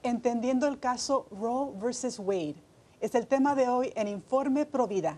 Entendiendo el caso Roe versus Wade. Es el tema de hoy en Informe Provida.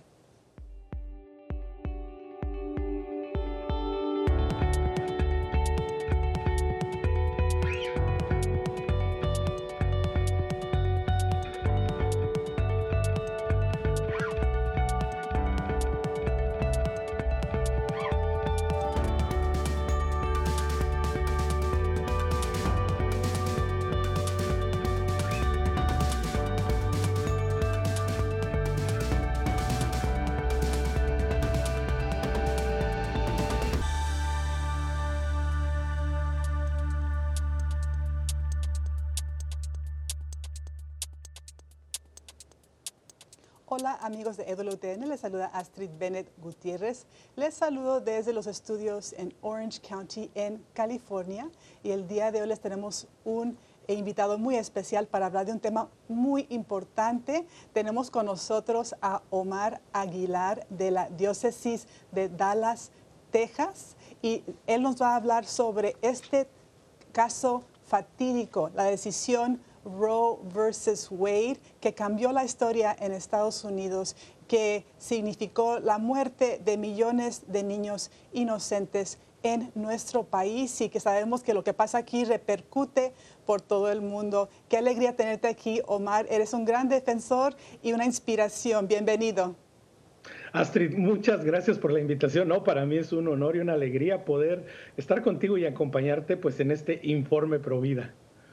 Hola amigos de EWTN, les saluda Astrid Bennett Gutiérrez. Les saludo desde los estudios en Orange County, en California. Y el día de hoy les tenemos un invitado muy especial para hablar de un tema muy importante. Tenemos con nosotros a Omar Aguilar de la diócesis de Dallas, Texas. Y él nos va a hablar sobre este caso fatídico, la decisión Roe versus Wade, que cambió la historia en Estados Unidos, que significó la muerte de millones de niños inocentes en nuestro país y que sabemos que lo que pasa aquí repercute por todo el mundo. Qué alegría tenerte aquí, Omar. Eres un gran defensor y una inspiración. Bienvenido. Astrid, muchas gracias por la invitación. No, para mí es un honor y una alegría poder estar contigo y acompañarte pues en este Informe Provida.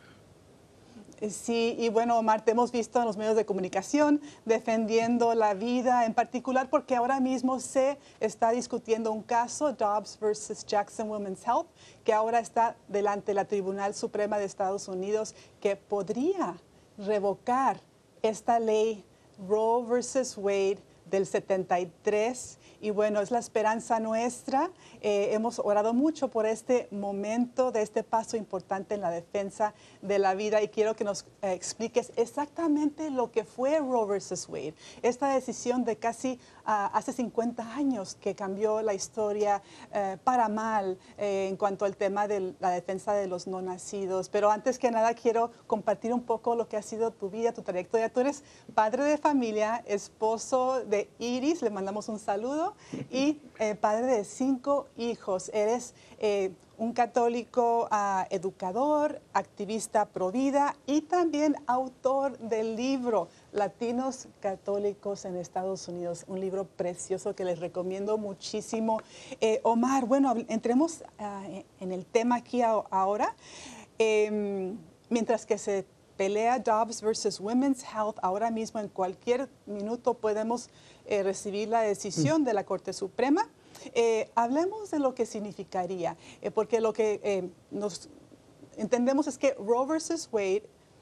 Sí, y bueno, Omar, te hemos visto en los medios de comunicación defendiendo la vida, en particular porque ahora mismo se está discutiendo un caso, Dobbs versus Jackson Women's Health, que ahora está delante de la Tribunal Suprema de Estados Unidos, que podría revocar esta ley Roe versus Wade del 73. Y bueno, es la esperanza nuestra. Hemos orado mucho por este momento, de este paso importante en la defensa de la vida. Y quiero que nos expliques exactamente lo que fue Roe versus Wade. Esta decisión de casi hace 50 años que cambió la historia para mal en cuanto al tema de la defensa de los no nacidos. Pero antes que nada quiero compartir un poco lo que ha sido tu vida, tu trayectoria. Tú eres padre de familia, esposo de Iris, le mandamos un saludo, y padre de 5 hijos. Eres un católico educador, activista pro vida y también autor del libro Latinos Católicos en Estados Unidos, un libro precioso que les recomiendo muchísimo. Omar, bueno, entremos en el tema aquí ahora. Mientras que se pelea Dobbs versus Women's Health, ahora mismo en cualquier minuto podemos recibir la decisión de la Corte Suprema. Hablemos de lo que significaría, porque lo que nos entendemos es que Roe versus Wade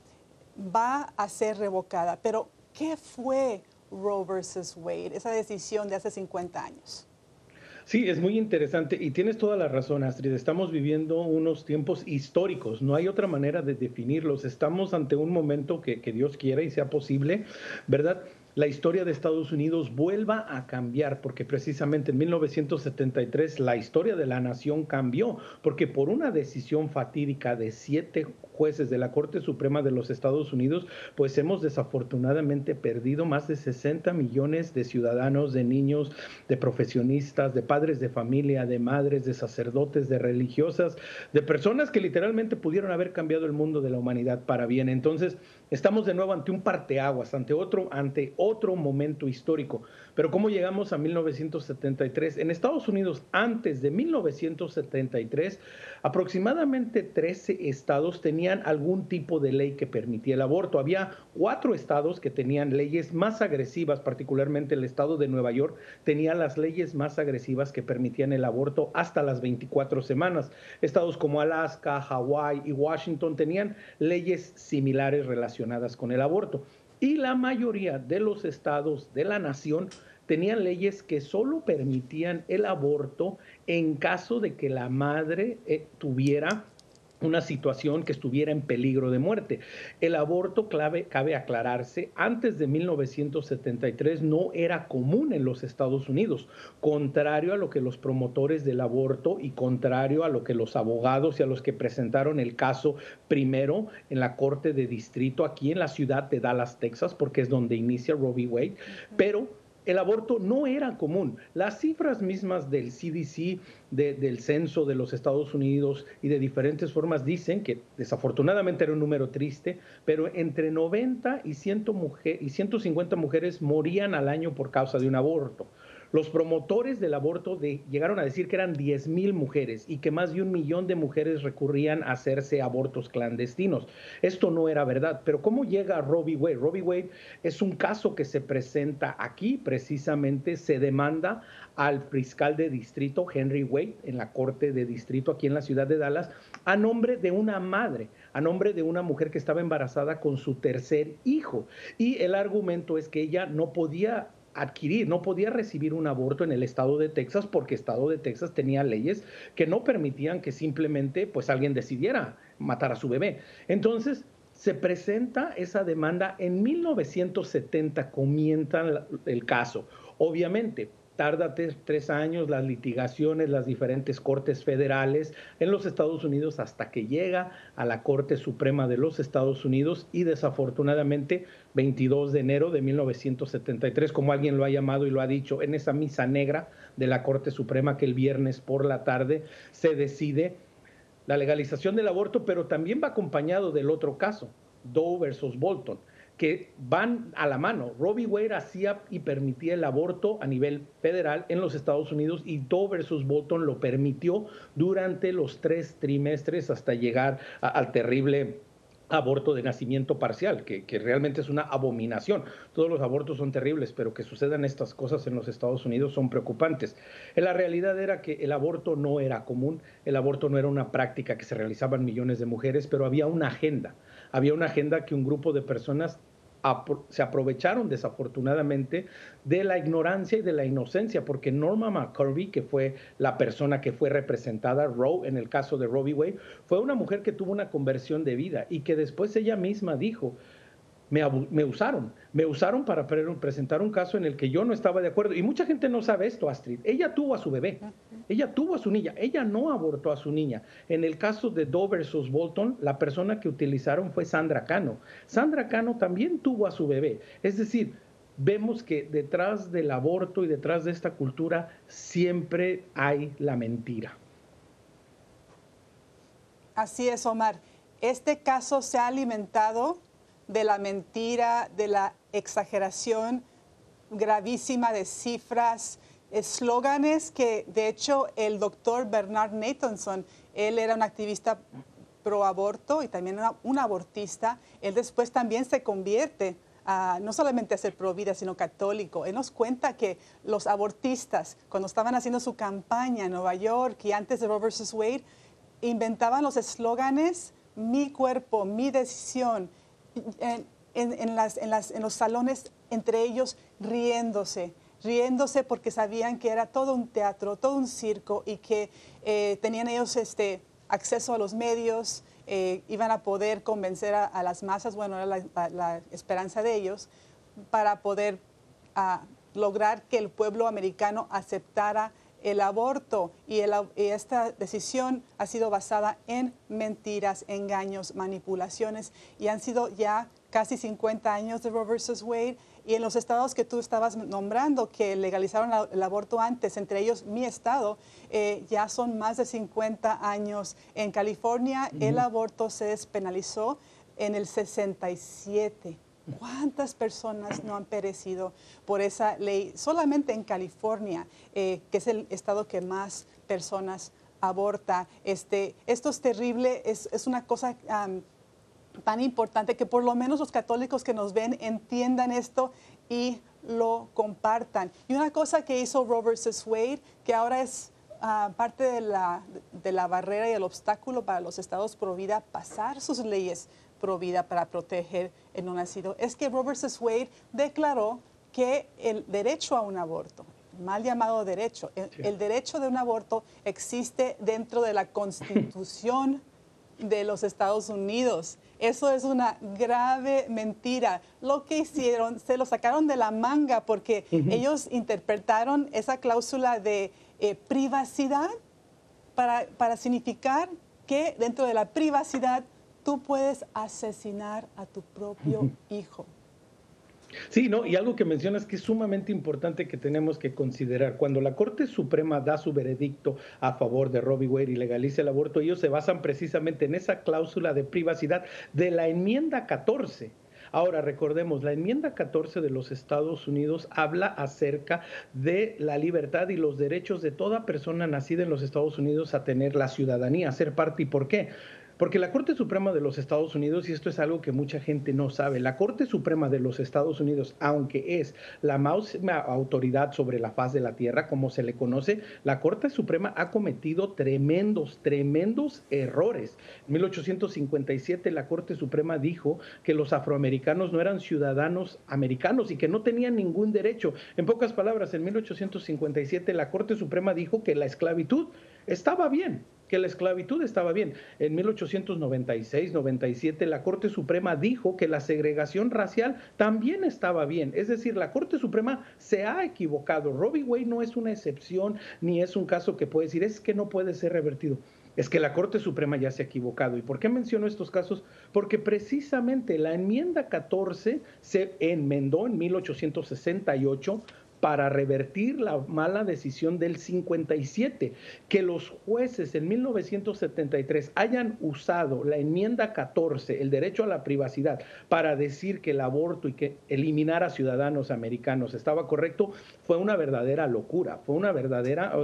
va a ser revocada. Pero, ¿qué fue Roe versus Wade, esa decisión de hace 50 años? Sí, es muy interesante y tienes toda la razón, Astrid. Estamos viviendo unos tiempos históricos, no hay otra manera de definirlos. Estamos ante un momento que Dios quiera y sea posible, ¿verdad? La historia de Estados Unidos vuelva a cambiar, porque precisamente en 1973 la historia de la nación cambió, porque por una decisión fatídica de 7 jueces de la Corte Suprema de los Estados Unidos, pues hemos desafortunadamente perdido más de 60 millones de ciudadanos, de niños, de profesionistas, de padres de familia, de madres, de sacerdotes, de religiosas, de personas que literalmente pudieron haber cambiado el mundo de la humanidad para bien. Entonces, estamos de nuevo ante un parteaguas, ante otro momento histórico. Pero ¿cómo llegamos a 1973? En Estados Unidos, antes de 1973, aproximadamente 13 estados tenían algún tipo de ley que permitía el aborto. Había 4 estados que tenían leyes más agresivas, particularmente el estado de Nueva York tenía las leyes más agresivas que permitían el aborto hasta las 24 semanas. Estados como Alaska, Hawái y Washington tenían leyes similares relacionadas con el aborto. Y la mayoría de los estados de la nación tenían leyes que solo permitían el aborto en caso de que la madre tuviera una situación que estuviera en peligro de muerte. El aborto, cabe aclararse, antes de 1973 no era común en los Estados Unidos, contrario a lo que los promotores del aborto y contrario a lo que los abogados y a los que presentaron el caso primero en la Corte de Distrito aquí en la ciudad de Dallas, Texas, porque es donde inicia Roe v. Wade, pero el aborto no era común. Las cifras mismas del CDC, del censo de los Estados Unidos y de diferentes formas dicen que desafortunadamente era un número triste, pero entre 90 y 150 mujeres morían al año por causa de un aborto. Los promotores del aborto llegaron a decir que eran 10,000 mujeres y que más de 1 millón de mujeres recurrían a hacerse abortos clandestinos. Esto no era verdad, pero ¿cómo llega Roe v. Wade? Roe v. Wade es un caso que se presenta aquí, precisamente se demanda al fiscal de distrito Henry Wade en la corte de distrito aquí en la ciudad de Dallas a nombre de una madre, a nombre de una mujer que estaba embarazada con su tercer hijo. Y el argumento es que ella no podía recibir un aborto en el estado de Texas porque el estado de Texas tenía leyes que no permitían que simplemente pues alguien decidiera matar a su bebé. Entonces se presenta esa demanda en 1970, comienza el caso. Obviamente tarda 3 años las litigaciones, las diferentes cortes federales en los Estados Unidos hasta que llega a la Corte Suprema de los Estados Unidos y desafortunadamente 22 de enero de 1973, como alguien lo ha llamado y lo ha dicho, en esa misa negra de la Corte Suprema que el viernes por la tarde se decide la legalización del aborto, pero también va acompañado del otro caso, Doe versus Bolton, que van a la mano. Roe v. Wade hacía y permitía el aborto a nivel federal en los Estados Unidos y Doe versus Bolton lo permitió durante los 3 trimestres hasta llegar al terrible aborto de nacimiento parcial, que realmente es una abominación. Todos los abortos son terribles, pero que sucedan estas cosas en los Estados Unidos son preocupantes. La realidad era que el aborto no era común, el aborto no era una práctica que se realizaban millones de mujeres, pero había una agenda que un grupo de personas se aprovecharon desafortunadamente de la ignorancia y de la inocencia, porque Norma McCorvey, que fue la persona que fue representada, Roe, en el caso de Roe v. Wade, fue una mujer que tuvo una conversión de vida y que después ella misma dijo, me usaron para presentar un caso en el que yo no estaba de acuerdo. Y mucha gente no sabe esto, Astrid. Ella tuvo a su bebé, ella tuvo a su niña, ella no abortó a su niña. En el caso de Doe versus Bolton, la persona que utilizaron fue Sandra Cano. Sandra Cano también tuvo a su bebé. Es decir, vemos que detrás del aborto y detrás de esta cultura siempre hay la mentira. Así es, Omar. Este caso se ha alimentado de la mentira, de la exageración gravísima de cifras, eslóganes que de hecho el doctor Bernard Nathanson, él era un activista pro aborto y también un abortista. Él después también se convierte no solamente a ser pro vida, sino católico. Él nos cuenta que los abortistas, cuando estaban haciendo su campaña en Nueva York y antes de Roe versus Wade, inventaban los eslóganes, mi cuerpo, mi decisión, en los salones, entre ellos riéndose porque sabían que era todo un teatro, todo un circo y que tenían ellos acceso a los medios, iban a poder convencer a las masas, bueno, era la esperanza de ellos, para poder lograr que el pueblo americano aceptara el aborto. Y esta decisión ha sido basada en mentiras, engaños, manipulaciones, y han sido ya casi 50 años de Roe versus Wade. Y en los estados que tú estabas nombrando que legalizaron el aborto antes, entre ellos mi estado, ya son más de 50 años. En California el aborto se despenalizó en el 67. ¿Cuántas personas no han perecido por esa ley? Solamente en California, que es el estado que más personas aborta. Esto es terrible, es una cosa tan importante que por lo menos los católicos que nos ven entiendan esto y lo compartan. Y una cosa que hizo Roe versus Wade, que ahora es parte de la barrera y el obstáculo para los estados pro vida pasar sus leyes pro vida para proteger el no nacido, es que Roe versus Wade declaró que el derecho a un aborto, mal llamado derecho, el derecho de un aborto existe dentro de la Constitución de los Estados Unidos. Eso es una grave mentira. Lo que hicieron, se lo sacaron de la manga porque ellos interpretaron esa cláusula de privacidad para significar que dentro de la privacidad tú puedes asesinar a tu propio hijo. Sí, no, y algo que mencionas que es sumamente importante que tenemos que considerar. Cuando la Corte Suprema da su veredicto a favor de Roe v. Wade y legaliza el aborto, ellos se basan precisamente en esa cláusula de privacidad de la enmienda 14. Ahora, recordemos, la enmienda 14 de los Estados Unidos habla acerca de la libertad y los derechos de toda persona nacida en los Estados Unidos a tener la ciudadanía, a ser parte. ¿Y por qué? Porque la Corte Suprema de los Estados Unidos, y esto es algo que mucha gente no sabe, la Corte Suprema de los Estados Unidos, aunque es la máxima autoridad sobre la faz de la tierra, como se le conoce, la Corte Suprema ha cometido tremendos errores. En 1857 la Corte Suprema dijo que los afroamericanos no eran ciudadanos americanos y que no tenían ningún derecho. En pocas palabras, en 1857 la Corte Suprema dijo que la esclavitud estaba bien, que la esclavitud estaba bien. En 1896-97 la Corte Suprema dijo que la segregación racial también estaba bien. Es decir, la Corte Suprema se ha equivocado. Roe v. Wade no es una excepción ni es un caso que puede decir es que no puede ser revertido. Es que la Corte Suprema ya se ha equivocado. ¿Y por qué menciono estos casos? Porque precisamente la enmienda 14 se enmendó en 1868 para revertir la mala decisión del 57, que los jueces en 1973 hayan usado la enmienda 14, el derecho a la privacidad, para decir que el aborto y que eliminar a ciudadanos americanos estaba correcto, fue una verdadera locura, fue una verdadera,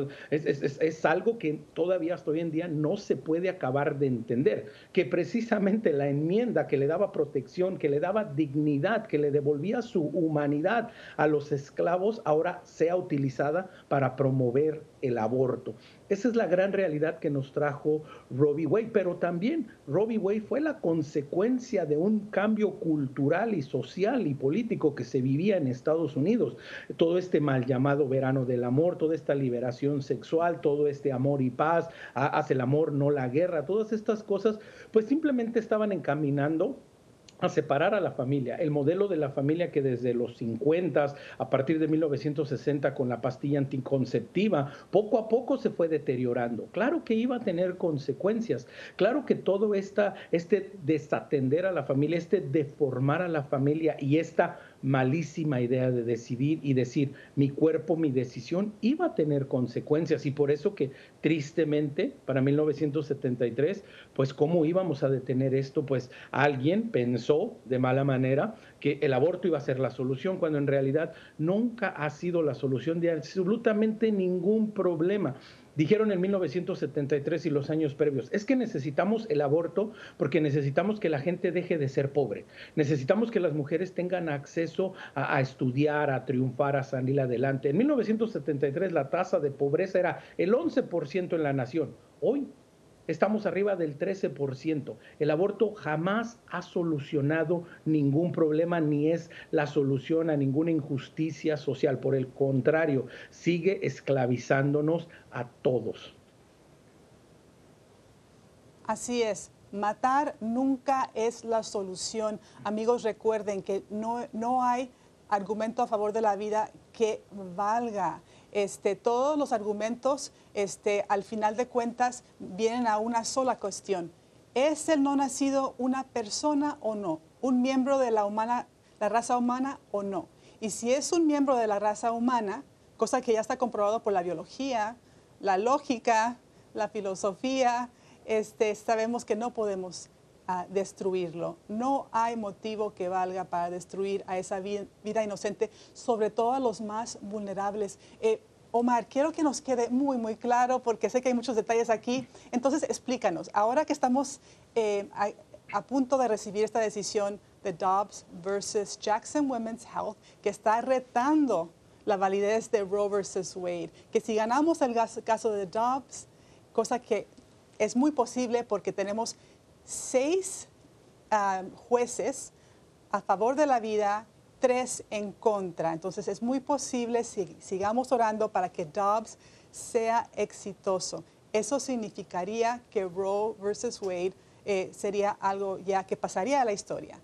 es algo que todavía hasta hoy en día no se puede acabar de entender, que precisamente la enmienda que le daba protección, que le daba dignidad, que le devolvía su humanidad a los esclavos, ahora sea utilizada para promover el aborto. Esa es la gran realidad que nos trajo Roe v. Wade, pero también Roe v. Wade fue la consecuencia de un cambio cultural y social y político que se vivía en Estados Unidos. Todo este mal llamado verano del amor, toda esta liberación sexual, todo este amor y paz, haz el amor, no la guerra, todas estas cosas, pues simplemente estaban encaminando a separar a la familia, el modelo de la familia que desde los 50, a partir de 1960 con la pastilla anticonceptiva, poco a poco se fue deteriorando. Claro que iba a tener consecuencias, claro que todo este desatender a la familia, este deformar a la familia y esta malísima idea de decidir y decir mi cuerpo, mi decisión, iba a tener consecuencias y por eso que tristemente para 1973, pues cómo íbamos a detener esto, pues alguien pensó de mala manera que el aborto iba a ser la solución cuando en realidad nunca ha sido la solución de absolutamente ningún problema. Dijeron en 1973 y los años previos, es que necesitamos el aborto porque necesitamos que la gente deje de ser pobre. Necesitamos que las mujeres tengan acceso a estudiar, a triunfar, a salir adelante. En 1973 la tasa de pobreza era el 11% en la nación. Hoy estamos arriba del 13%. El aborto jamás ha solucionado ningún problema ni es la solución a ninguna injusticia social. Por el contrario, sigue esclavizándonos a todos. Así es. Matar nunca es la solución. Amigos, recuerden que no hay argumento a favor de la vida que valga. Todos los argumentos, al final de cuentas, vienen a una sola cuestión. ¿Es el no nacido una persona o no? ¿Un miembro de la raza humana o no? Y si es un miembro de la raza humana, cosa que ya está comprobado por la biología, la lógica, la filosofía, sabemos que no podemos destruirlo. No hay motivo que valga para destruir a esa vida inocente, sobre todo a los más vulnerables. Omar, quiero que nos quede muy claro, porque sé que hay muchos detalles aquí. Entonces, explícanos, ahora que estamos a punto de recibir esta decisión de Dobbs versus Jackson Women's Health, que está retando la validez de Roe versus Wade, que si ganamos el caso de Dobbs, cosa que es muy posible porque tenemos 6 jueces a favor de la vida, 3 en contra. Entonces es muy posible si sigamos orando para que Dobbs sea exitoso. Eso significaría que Roe versus Wade sería algo ya que pasaría a la historia.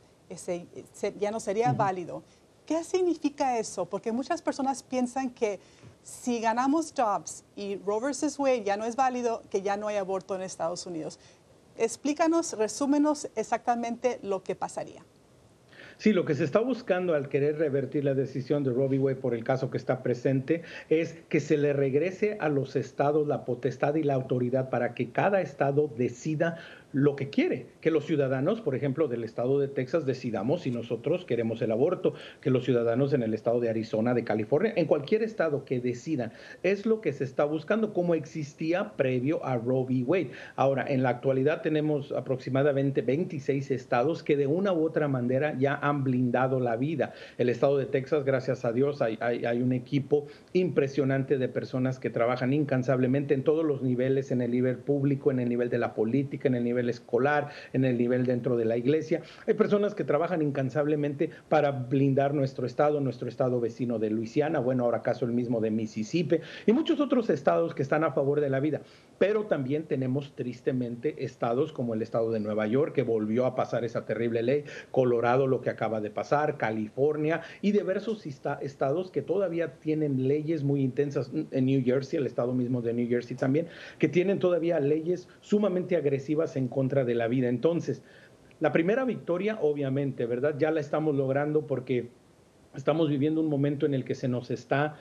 Ya no sería válido. ¿Qué significa eso? Porque muchas personas piensan que si ganamos Dobbs y Roe versus Wade ya no es válido, que ya no hay aborto en Estados Unidos. Explícanos, resúmenos exactamente lo que pasaría. Sí, lo que se está buscando al querer revertir la decisión de Roe v. Wade por el caso que está presente es que se le regrese a los estados la potestad y la autoridad para que cada estado decida lo que quiere, que los ciudadanos, por ejemplo, del estado de Texas decidamos si nosotros queremos el aborto, que los ciudadanos en el estado de Arizona, de California, en cualquier estado que decidan. Es lo que se está buscando, como existía previo a Roe v. Wade. Ahora, en la actualidad tenemos aproximadamente 26 estados que de una u otra manera ya han blindado la vida. El estado de Texas, gracias a Dios, hay un equipo impresionante de personas que trabajan incansablemente en todos los niveles, en el nivel público, en el nivel de la política, en el nivel escolar, en el nivel dentro de la iglesia. Hay personas que trabajan incansablemente para blindar nuestro estado vecino de Luisiana, bueno, ahora acaso el mismo de Mississippi y muchos otros estados que están a favor de la vida. Pero también tenemos tristemente estados como el estado de Nueva York, que volvió a pasar esa terrible ley, Colorado, lo que acaba de pasar, California y diversos estados que todavía tienen leyes muy intensas, en New Jersey, el estado mismo de New Jersey también, que tienen todavía leyes sumamente agresivas en contra de la vida. Entonces, la primera victoria, obviamente, ¿verdad? Ya la estamos logrando porque estamos viviendo un momento en el que se nos está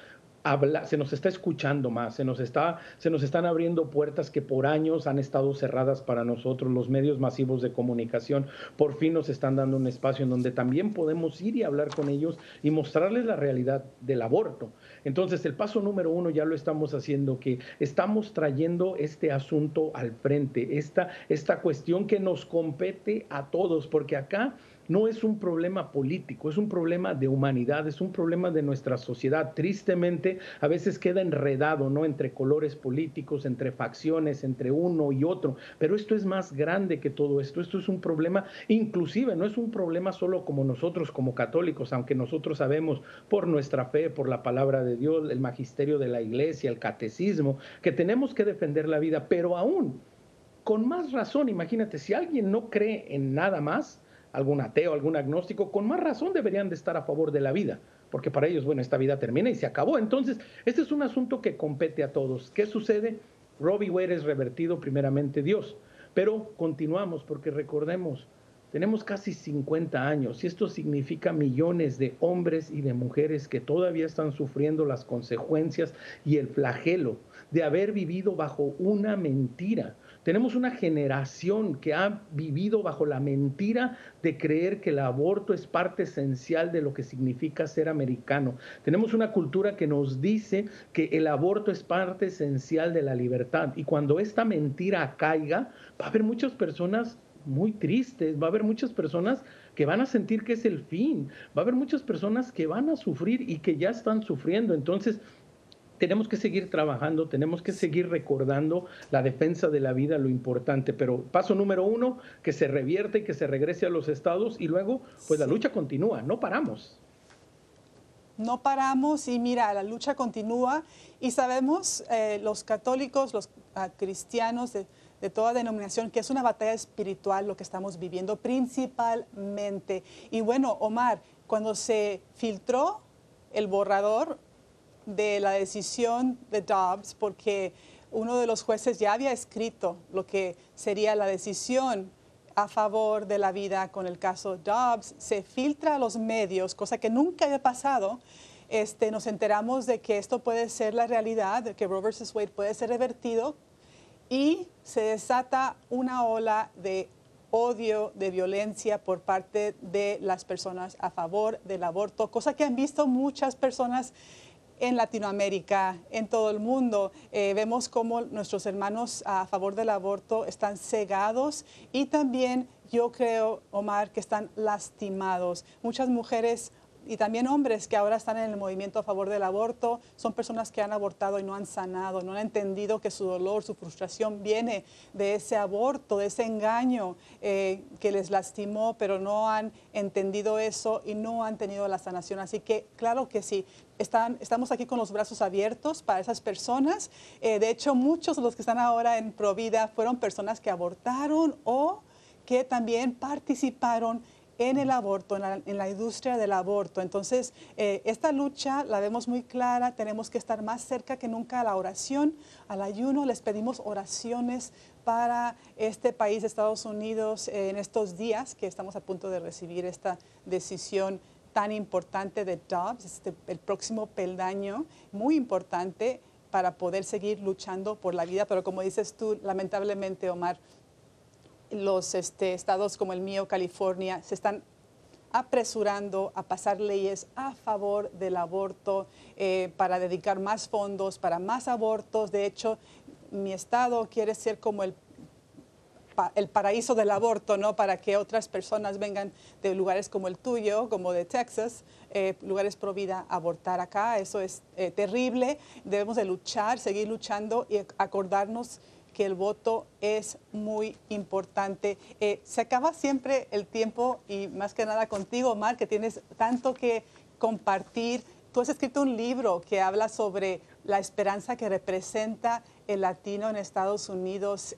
escuchando más, se nos están abriendo puertas que por años han estado cerradas para nosotros. Los medios masivos de comunicación por fin nos están dando un espacio en donde también podemos ir y hablar con ellos y mostrarles la realidad del aborto. Entonces, el paso número 1 ya lo estamos haciendo, que estamos trayendo este asunto al frente, esta cuestión que nos compete a todos, porque acá no es un problema político, es un problema de humanidad, es un problema de nuestra sociedad. Tristemente, a veces queda enredado, ¿no?, entre colores políticos, entre facciones, entre uno y otro, pero esto es más grande que todo esto. Esto es un problema, inclusive, no es un problema solo como nosotros, como católicos, aunque nosotros sabemos por nuestra fe, por la palabra de Dios, el magisterio de la iglesia, el catecismo, que tenemos que defender la vida, pero aún, con más razón, imagínate, si alguien no cree en nada más, algún ateo, algún agnóstico, con más razón deberían de estar a favor de la vida, porque para ellos, bueno, esta vida termina y se acabó. Entonces, este es un asunto que compete a todos. ¿Qué sucede? Roe v. Wade es revertido, primeramente Dios, pero continuamos, porque recordemos, tenemos casi 50 años y esto significa millones de hombres y de mujeres que todavía están sufriendo las consecuencias y el flagelo de haber vivido bajo una mentira. Tenemos una generación que ha vivido bajo la mentira de creer que el aborto es parte esencial de lo que significa ser americano. Tenemos una cultura que nos dice que el aborto es parte esencial de la libertad. Y cuando esta mentira caiga, va a haber muchas personas muy tristes, va a haber muchas personas que van a sentir que es el fin, va a haber muchas personas que van a sufrir y que ya están sufriendo. Entonces, tenemos que seguir trabajando, tenemos que seguir recordando la defensa de la vida, lo importante, pero paso número 1, que se revierte y que se regrese a los estados y luego, pues la lucha continúa, no paramos. No paramos y mira, la lucha continúa y sabemos los católicos, los cristianos de toda denominación, que es una batalla espiritual lo que estamos viviendo principalmente. Y bueno, Omar, cuando se filtró el borrador de la decisión de Dobbs, porque uno de los jueces ya había escrito lo que sería la decisión a favor de la vida con el caso Dobbs, se filtra a los medios, cosa que nunca había pasado. Nos enteramos de que esto puede ser la realidad, de que Roe versus Wade puede ser revertido y se desata una ola de odio, de violencia por parte de las personas a favor del aborto, cosa que han visto muchas personas en Latinoamérica, en todo el mundo. Vemos cómo nuestros hermanos a favor del aborto están cegados y también yo creo, Omar, que están lastimados. Muchas mujeres y también hombres que ahora están en el movimiento a favor del aborto son personas que han abortado y no han sanado, no han entendido que su dolor, su frustración viene de ese aborto, de ese engaño que les lastimó, pero no han entendido eso y no han tenido la sanación. Así que claro que sí, estamos aquí con los brazos abiertos para esas personas. De hecho, muchos de los que están ahora en Provida fueron personas que abortaron o que también participaron en el aborto, en la industria del aborto. Entonces, esta lucha la vemos muy clara, tenemos que estar más cerca que nunca a la oración, al ayuno. Les pedimos oraciones para este país, Estados Unidos, en estos días que estamos a punto de recibir esta decisión tan importante de Dobbs, el próximo peldaño muy importante para poder seguir luchando por la vida. Pero como dices tú, lamentablemente, Omar, los estados como el mío, California, se están apresurando a pasar leyes a favor del aborto para dedicar más fondos para más abortos. De hecho, mi estado quiere ser como el paraíso del aborto, ¿no? Para que otras personas vengan de lugares como el tuyo, como de Texas, lugares pro vida, a abortar acá. Eso es terrible. Debemos de luchar, seguir luchando y acordarnos que el voto es muy importante. Se acaba siempre el tiempo y más que nada contigo, Omar, que tienes tanto que compartir. Tú has escrito un libro que habla sobre la esperanza que representa el latino en Estados Unidos.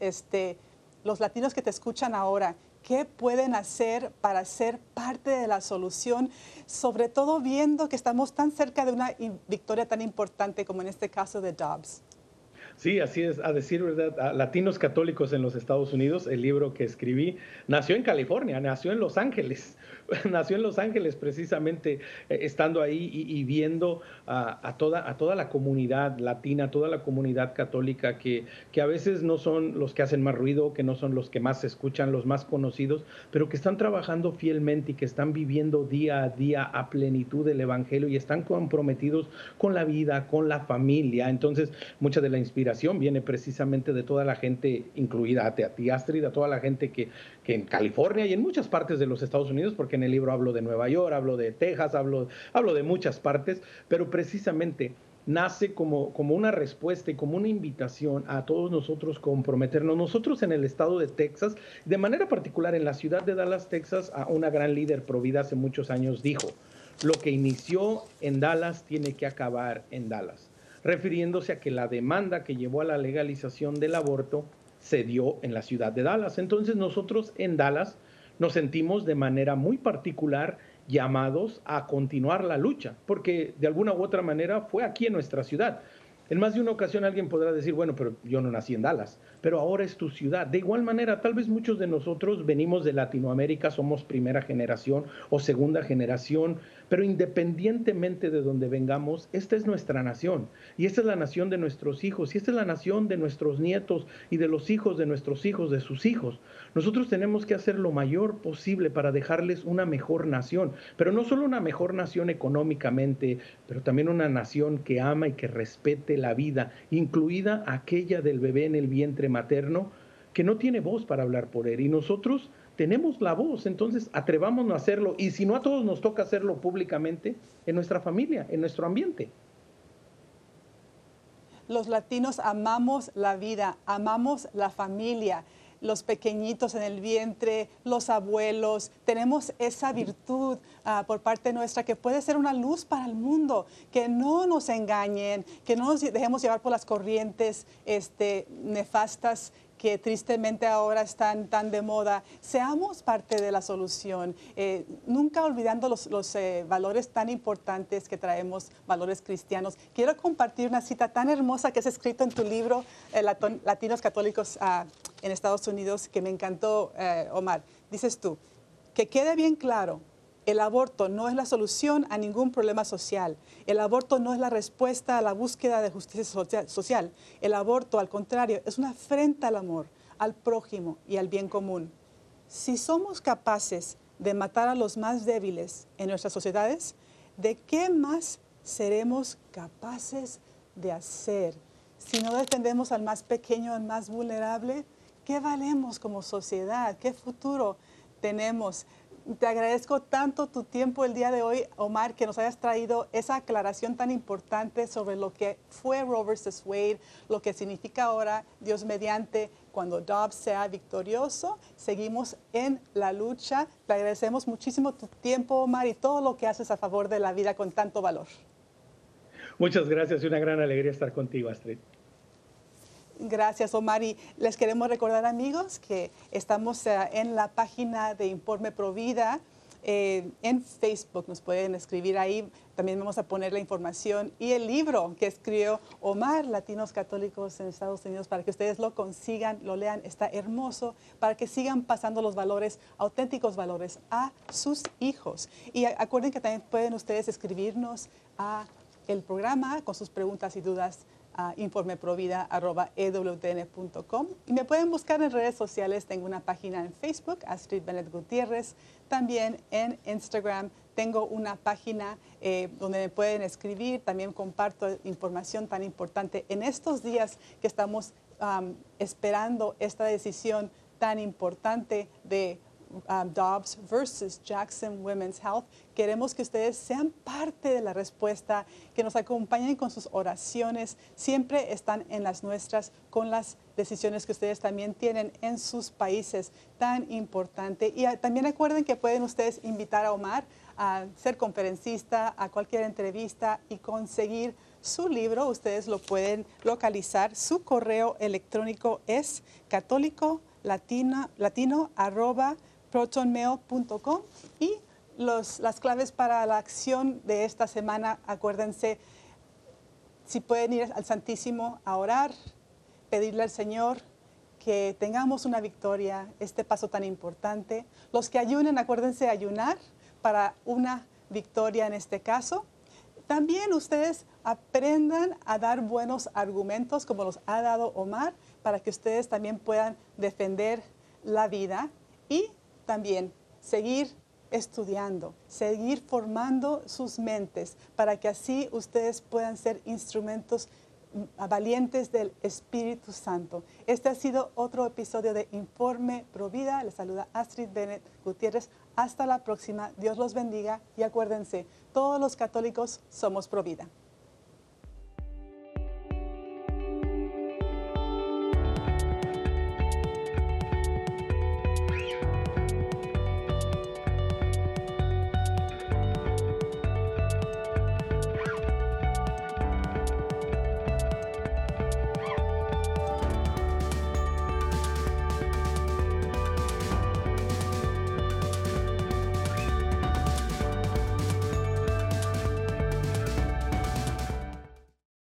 Los latinos que te escuchan ahora, ¿qué pueden hacer para ser parte de la solución? Sobre todo viendo que estamos tan cerca de una victoria tan importante como en este caso de Dobbs. Sí, así es. A decir verdad, Latinos Católicos en los Estados Unidos, el libro que escribí, nació en California, nació en Los Ángeles, nació en Los Ángeles precisamente, estando ahí y viendo a toda la comunidad latina, toda la comunidad católica, que a veces no son los que hacen más ruido, que no son los que más se escuchan, los más conocidos, pero que están trabajando fielmente y que están viviendo día a día a plenitud el Evangelio y están comprometidos con la vida, con la familia. Entonces, mucha de la inspiración viene precisamente de toda la gente, incluida a ti, Astrid, a toda la gente que en California y en muchas partes de los Estados Unidos, porque en el libro hablo de Nueva York, hablo de Texas, hablo de muchas partes, pero precisamente nace como una respuesta y como una invitación a todos nosotros comprometernos. Nosotros en el estado de Texas, de manera particular en la ciudad de Dallas, Texas, a una gran líder pro vida hace muchos años dijo: lo que inició en Dallas tiene que acabar en Dallas, refiriéndose a que la demanda que llevó a la legalización del aborto se dio en la ciudad de Dallas. Entonces nosotros en Dallas nos sentimos de manera muy particular llamados a continuar la lucha, porque de alguna u otra manera fue aquí en nuestra ciudad. En más de una ocasión alguien podrá decir, bueno, pero yo no nací en Dallas, pero ahora es tu ciudad. De igual manera, tal vez muchos de nosotros venimos de Latinoamérica, somos primera generación o segunda generación, pero independientemente de donde vengamos, esta es nuestra nación, y esta es la nación de nuestros hijos, y esta es la nación de nuestros nietos y de los hijos de nuestros hijos, de sus hijos. Nosotros tenemos que hacer lo mayor posible para dejarles una mejor nación, pero no solo una mejor nación económicamente, pero también una nación que ama y que respete la vida, incluida aquella del bebé en el vientre materno, que no tiene voz para hablar por él. Y nosotros tenemos la voz, entonces atrevámonos a hacerlo. Y si no a todos nos toca hacerlo públicamente, en nuestra familia, en nuestro ambiente. Los latinos amamos la vida, amamos la familia, los pequeñitos en el vientre, los abuelos. Tenemos esa virtud por parte nuestra que puede ser una luz para el mundo. Que no nos engañen, que no nos dejemos llevar por las corrientes nefastas que tristemente ahora están tan de moda. Seamos parte de la solución, nunca olvidando los valores tan importantes que traemos, valores cristianos. Quiero compartir una cita tan hermosa que es escrito en tu libro, Latinos Católicos en Estados Unidos, que me encantó, Omar. Dices tú: que quede bien claro, el aborto no es la solución a ningún problema social. El aborto no es la respuesta a la búsqueda de justicia social. El aborto, al contrario, es una afrenta al amor, al prójimo y al bien común. Si somos capaces de matar a los más débiles en nuestras sociedades, ¿de qué más seremos capaces de hacer? Si no defendemos al más pequeño, al más vulnerable, ¿qué valemos como sociedad? ¿Qué futuro tenemos? Te agradezco tanto tu tiempo el día de hoy, Omar, que nos hayas traído esa aclaración tan importante sobre lo que fue Roe versus Wade, lo que significa ahora, Dios mediante, cuando Dobbs sea victorioso. Seguimos en la lucha. Te agradecemos muchísimo tu tiempo, Omar, y todo lo que haces a favor de la vida con tanto valor. Muchas gracias y una gran alegría estar contigo, Astrid. Gracias, Omar. Y les queremos recordar, amigos, que estamos en la página de Informe Provida. En Facebook nos pueden escribir ahí. También vamos a poner la información y el libro que escribió Omar, Latinos Católicos en Estados Unidos, para que ustedes lo consigan, lo lean. Está hermoso para que sigan pasando los valores, auténticos valores, a sus hijos. Y acuerden que también pueden ustedes escribirnos a el programa con sus preguntas y dudas a informeprovida@ewtn.com. Y me pueden buscar en redes sociales. Tengo una página en Facebook, Astrid Bennett Gutiérrez. También en Instagram tengo una página donde me pueden escribir. También comparto información tan importante en estos días que estamos esperando esta decisión tan importante de Dobbs versus Jackson Women's Health. Queremos que ustedes sean parte de la respuesta, que nos acompañen con sus oraciones. Siempre están en las nuestras con las decisiones que ustedes también tienen en sus países. Tan importante. Y también recuerden que pueden ustedes invitar a Omar a ser conferencista, a cualquier entrevista y conseguir su libro. Ustedes lo pueden localizar. Su correo electrónico es catolicolatino@protonmail.com. Y las claves para la acción de esta semana, acuérdense, si pueden ir al Santísimo a orar, pedirle al Señor que tengamos una victoria, este paso tan importante. Los que ayunen, acuérdense ayunar para una victoria en este caso. También ustedes aprendan a dar buenos argumentos como los ha dado Omar, para que ustedes también puedan defender la vida y también seguir estudiando, seguir formando sus mentes para que así ustedes puedan ser instrumentos valientes del Espíritu Santo. Este ha sido otro episodio de Informe Provida. Les saluda Astrid Bennett Gutiérrez. Hasta la próxima. Dios los bendiga y acuérdense, todos los católicos somos Provida.